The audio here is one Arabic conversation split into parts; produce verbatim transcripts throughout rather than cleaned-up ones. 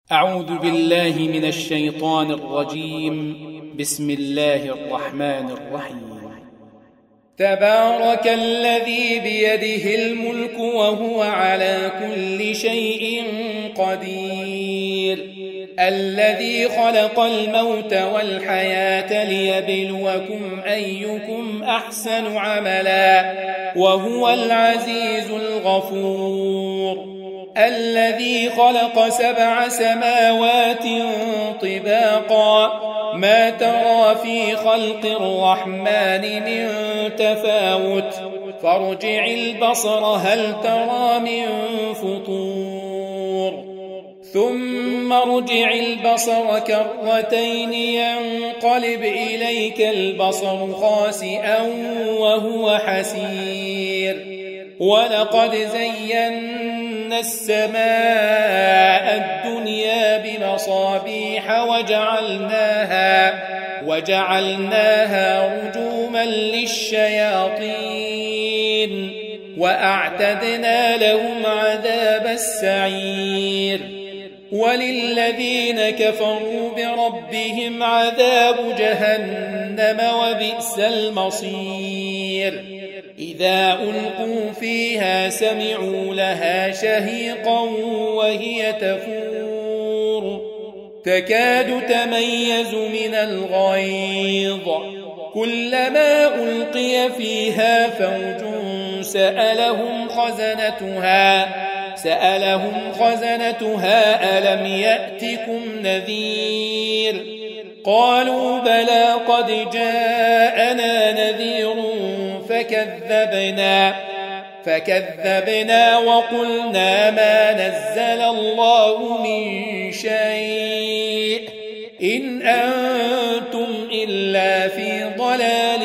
أعوذ بالله من الشيطان الرجيم. بسم الله الرحمن الرحيم. تبارك الذي بيده الملك وهو على كل شيء قدير، الذي خلق الموت والحياة ليبلوكم أيكم أحسن عملا وهو العزيز الغفور، الذي خلق سبع سماوات طباقا ما ترى في خلق الرحمن من تفاوت فارجع البصر هل ترى من فطور ثم ارجع البصر كرتين ينقلب إليك البصر خاسئا وهو حسير، ولقد زينا السماء الدنيا بمصابيح وجعلناها وجعلناها رجوما للشياطين وأعتدنا لهم عذاب السعير، وللذين كفروا بربهم عذاب جهنم وبئس المصير، إذا ألقوا فيها سمعوا لها شهيقا وهي تفور تكاد تميز من الغيظ، كلما ألقي فيها فوج سألهم خزنتها سألهم خزنتها ألم يأتكم نذير؟ قالوا بلى قد جاءنا نذير فكذبنا فكذبنا وقلنا ما نزل الله من شيء إن أنتم إلا في ضلال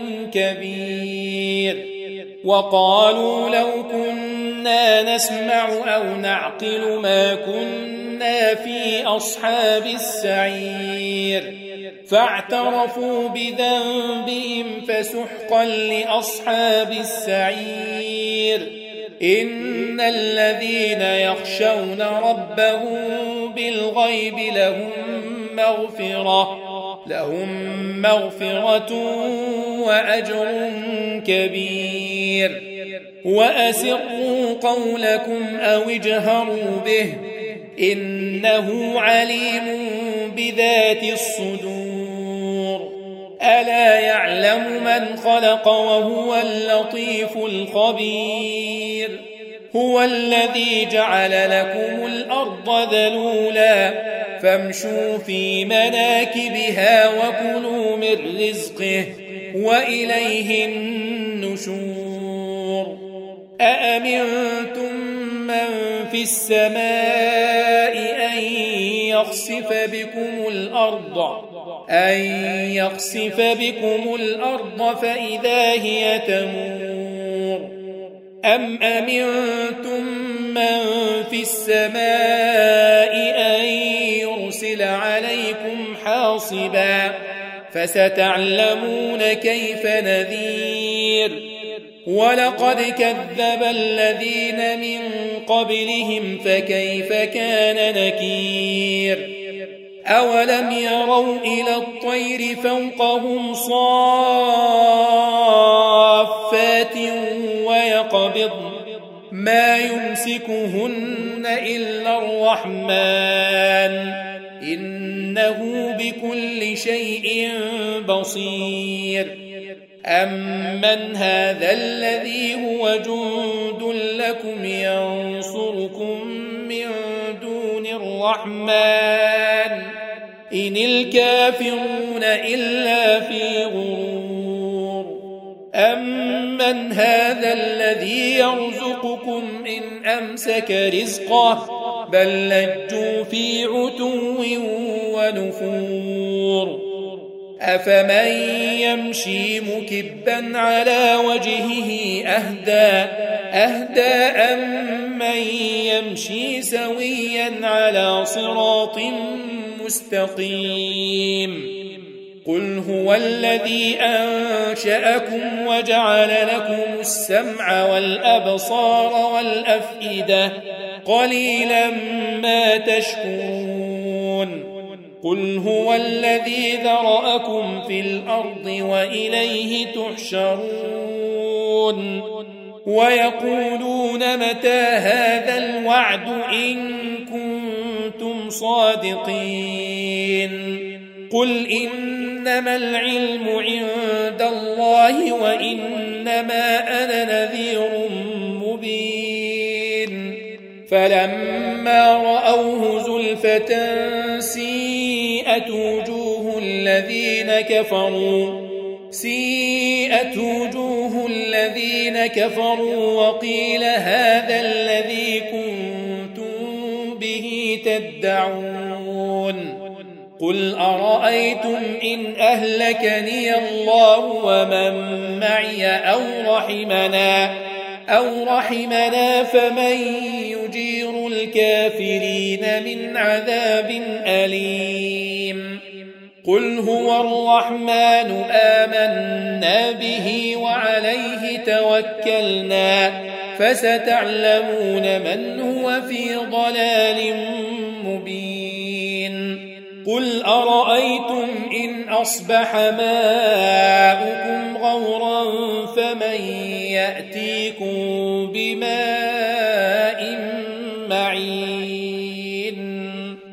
كبير، وقالوا لو كنا نسمع أو نعقل ما كنا في أصحاب السعير، فاعترفوا بذنبهم فسحقا لأصحاب السعير، إن الذين يخشون ربهم بالغيب لهم مغفرة لهم مغفرة وأجر كبير، وأسروا قولكم أو اجهروا به إنه عليم بذات الصدور، ألا يعلم من خلق وهو اللطيف الخبير، هو الذي جعل لكم الأرض ذلولا فامشوا في مناكبها وكلوا من رزقه وإليه النشور، أأمنتم من في السماء أن يخسف بكم الأرض أن يخسف بكم الأرض فإذا هي تمور، أم أمنتم من في السماء أن يرسل عليكم حاصبا فستعلمون كيف نذير، ولقد كذب الذين من قبلهم فكيف كان نكير، أولم يروا إلى الطير فوقهم صافات ويقبضن ما يمسكهن إلا الرحمن إنه بكل شيء بصير، أمن هذا الذي هو جند لكم ينصركم من دون الرحمن إن الكافرون إلا في غرور، أمن هذا الذي يرزقكم إن أمسك رزقه بل لجوا في عتو ونفور، أفمن يمشي مكبا على وجهه أهدى أهدى أمن يمشي سويا على صراط مستقيم، قل هو الذي أنشأكم وجعل لكم السمع والأبصار والأفئدة قليلا ما تشكرون قل هو الذي ذرأكم في الأرض وإليه تحشرون ويقولون متى هذا الوعد إن كنتم صادقين قل إنما العلم عند الله وإنما أنا نذير مبين فلما رأوه زلفة سيئت وجوه الذين كفروا سيئت وجوه الذين كفروا وقيل هذا الذي كنتم به تدعون قل أرأيتم إن أهلكني الله ومن معي أو رحمنا أو رحمنا فمن يجير الكافرين من عذاب أليم قل هو الرحمن آمنا به وعليه توكلنا فستعلمون من هو في ضلال مبين قل أرأيتم إن أصبح ماؤكم غورا فمن يأتيكم بماء معين